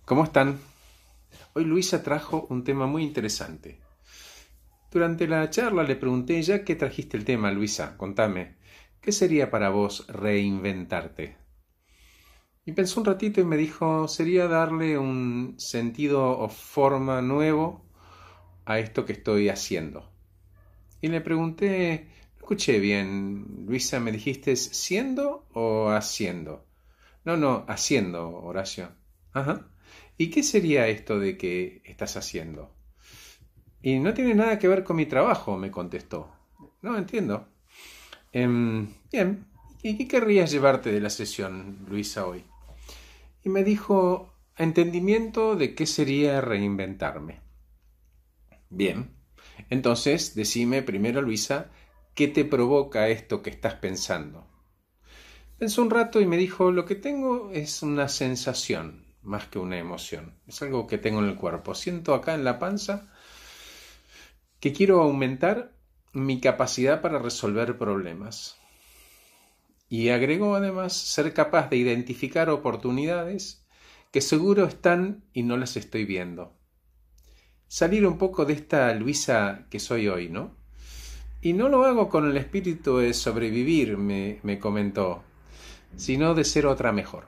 ¿Cómo están? Hoy Luisa trajo un tema muy interesante. Durante la charla le pregunté, ya que trajiste el tema, Luisa, contame, ¿qué sería para vos reinventarte? Y pensó un ratito y me dijo, sería darle un sentido o forma nuevo a esto que estoy haciendo. Y le pregunté, no escuché bien, Luisa, ¿me dijiste siendo o haciendo? No, haciendo, Horacio. Ajá. ¿Y qué sería esto de que estás haciendo? Y no tiene nada que ver con mi trabajo, me contestó. No, entiendo. Bien. ¿Y qué querrías llevarte de la sesión, Luisa, hoy? Y me dijo, entendimiento de qué sería reinventarme. Bien. Entonces, decime primero, Luisa, ¿qué te provoca esto que estás pensando? Pensó un rato y me dijo, lo que tengo es una sensación más que una emoción. Es algo que tengo en el cuerpo. Siento acá en la panza que quiero aumentar mi capacidad para resolver problemas. Y agregó además ser capaz de identificar oportunidades que seguro están y no las estoy viendo. Salir un poco de esta Luisa que soy hoy, ¿no? Y no lo hago con el espíritu de sobrevivir, me comentó, sino de ser otra mejor.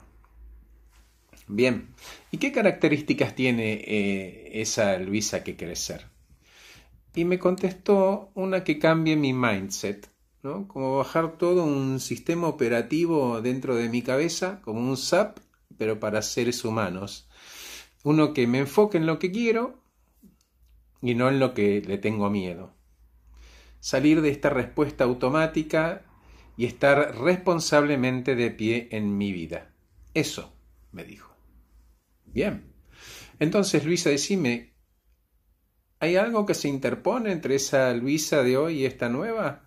Bien, ¿y qué características tiene esa Luisa que querés ser? Y me contestó una que cambie mi mindset, ¿no? Como bajar todo un sistema operativo dentro de mi cabeza, como un SAP, pero para seres humanos. Uno que me enfoque en lo que quiero y no en lo que le tengo miedo. Salir de esta respuesta automática y estar responsablemente de pie en mi vida. Eso, me dijo. Bien. Entonces, Luisa, decime, ¿hay algo que se interpone entre esa Luisa de hoy y esta nueva?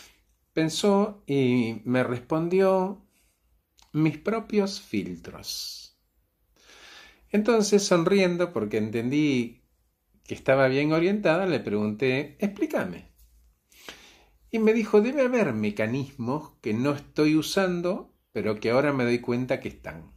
Pensó y me respondió, mis propios filtros. Entonces, sonriendo porque entendí que estaba bien orientada, le pregunté, explícame. Y me dijo, debe haber mecanismos que no estoy usando, pero que ahora me doy cuenta que están.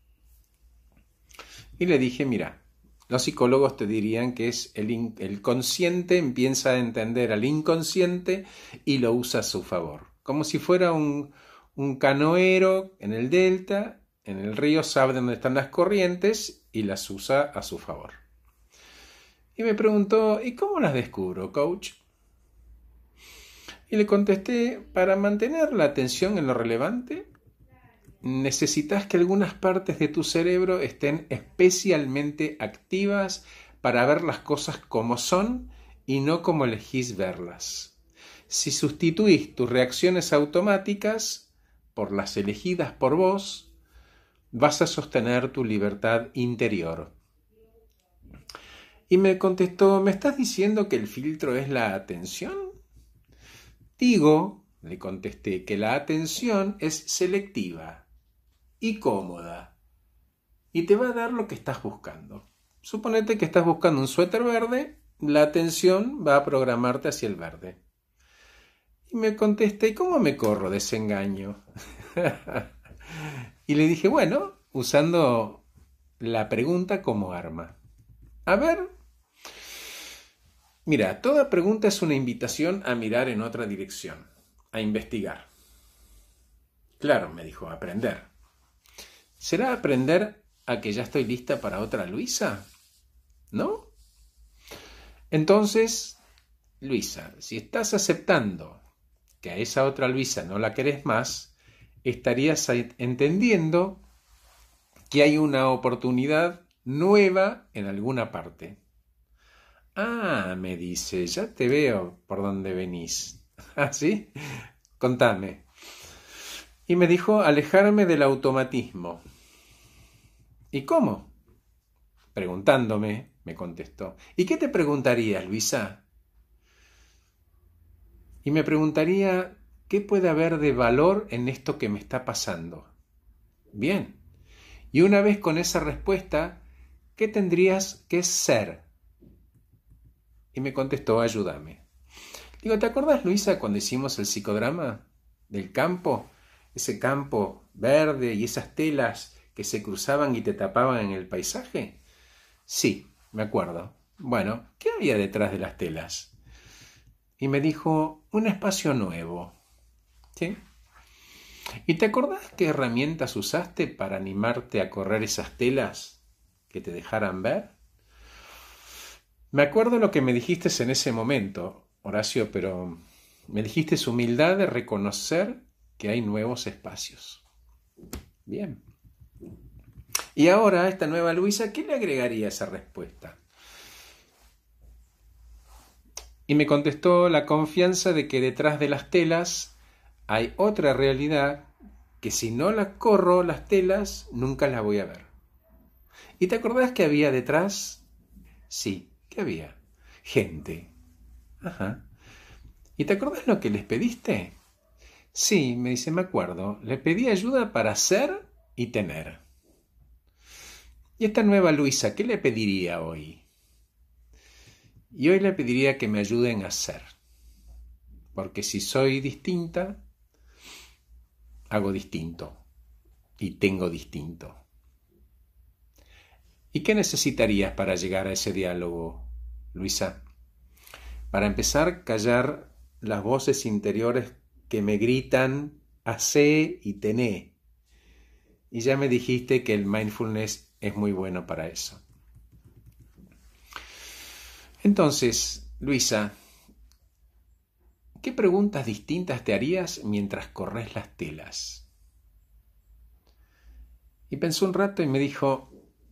Y le dije, mira, los psicólogos te dirían que es el consciente empieza a entender al inconsciente y lo usa a su favor. Como si fuera un canoero en el delta, en el río sabe dónde están las corrientes y las usa a su favor. Y me preguntó, ¿y cómo las descubro, coach? Y le contesté, para mantener la atención en lo relevante, necesitas que algunas partes de tu cerebro estén especialmente activas para ver las cosas como son y no como elegís verlas. Si sustituís tus reacciones automáticas por las elegidas por vos, vas a sostener tu libertad interior. Y me contestó, ¿me estás diciendo que el filtro es la atención? Digo, le contesté, que la atención es selectiva y cómoda y te va a dar lo que estás buscando. Suponete que estás buscando un suéter verde, la atención va a programarte hacia el verde. Y me contesté, ¿y cómo me corro de ese engaño? Y le dije, bueno, usando la pregunta como arma. A ver, mira, toda pregunta es una invitación a mirar en otra dirección, a investigar. Claro, me dijo, aprender. ¿Será aprender a que ya estoy lista para otra Luisa? ¿No? Entonces, Luisa, si estás aceptando que a esa otra Luisa no la querés más, estarías entendiendo que hay una oportunidad nueva en alguna parte. Ah, me dice, ya te veo por dónde venís. ¿Ah, sí? Contame. Y me dijo alejarme del automatismo. ¿Y cómo? Preguntándome, me contestó. ¿Y qué te preguntarías, Luisa? Y me preguntaría, ¿qué puede haber de valor en esto que me está pasando? Bien. Y una vez con esa respuesta, ¿qué tendrías que ser? Y me contestó, ayúdame. Digo, ¿te acordás, Luisa, cuando hicimos el psicodrama del campo? Ese campo verde y esas telas que se cruzaban y te tapaban en el paisaje. Sí, me acuerdo. Bueno, ¿qué había detrás de las telas? Y me dijo, un espacio nuevo. ¿Sí? ¿Y te acordás qué herramientas usaste para animarte a correr esas telas que te dejaran ver? Me acuerdo lo que me dijiste en ese momento, Horacio, pero me dijiste humildad de reconocer que hay nuevos espacios. Bien. Y ahora, esta nueva Luisa, ¿qué le agregaría a esa respuesta? Y me contestó la confianza de que detrás de las telas hay otra realidad que si no la corro las telas, nunca las voy a ver. ¿Y te acordás que había detrás? Sí, ¿qué había? Gente. Ajá. ¿Y te acordás lo que les pediste? Sí, me dice, me acuerdo. Le pedí ayuda para ser y tener. ¿Y esta nueva Luisa, qué le pediría hoy? Y hoy le pediría que me ayuden a ser. Porque si soy distinta, hago distinto. Y tengo distinto. ¿Y qué necesitarías para llegar a ese diálogo, Luisa? Para empezar, callar las voces interiores que me gritan, hacé y tené. Y ya me dijiste que el mindfulness es muy bueno para eso. Entonces, Luisa, ¿qué preguntas distintas te harías mientras corres las telas? Y pensó un rato y me dijo,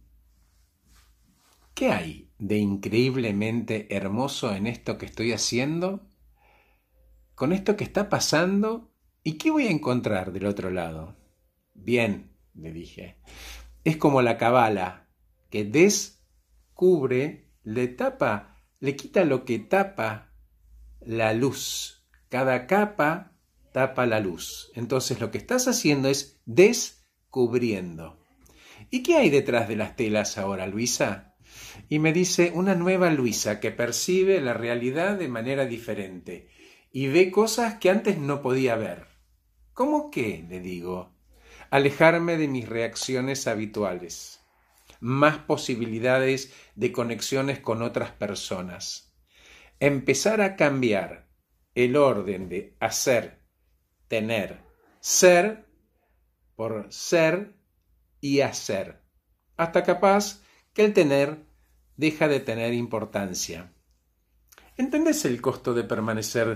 ¿qué hay de increíblemente hermoso en esto que estoy haciendo? ¿Con esto que está pasando? ¿Y qué voy a encontrar del otro lado? Bien, le dije, es como la cabala, que descubre, le quita lo que tapa la luz. Cada capa tapa la luz. Entonces lo que estás haciendo es descubriendo. ¿Y qué hay detrás de las telas ahora, Luisa? Y me dice, una nueva Luisa que percibe la realidad de manera diferente y ve cosas que antes no podía ver. ¿Cómo qué? Le digo. Alejarme de mis reacciones habituales. Más posibilidades de conexiones con otras personas. Empezar a cambiar el orden de hacer, tener, ser por ser y hacer. Hasta capaz que el tener deja de tener importancia. ¿Entendés el costo de permanecer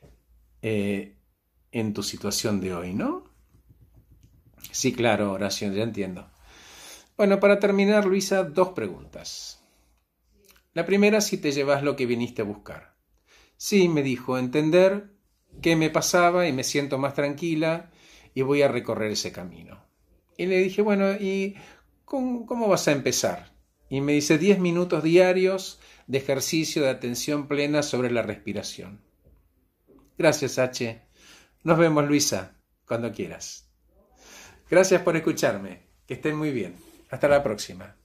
en tu situación de hoy, no? Sí, claro, Horacio, ya entiendo. Bueno, para terminar, Luisa, 2 preguntas. La primera, si te llevas lo que viniste a buscar. Sí, me dijo, entender qué me pasaba y me siento más tranquila y voy a recorrer ese camino. Y le dije, bueno, ¿y cómo vas a empezar? Y me dice 10 minutos diarios de ejercicio de atención plena sobre la respiración. Gracias, H. Nos vemos, Luisa, cuando quieras. Gracias por escucharme. Que estén muy bien. Hasta la próxima.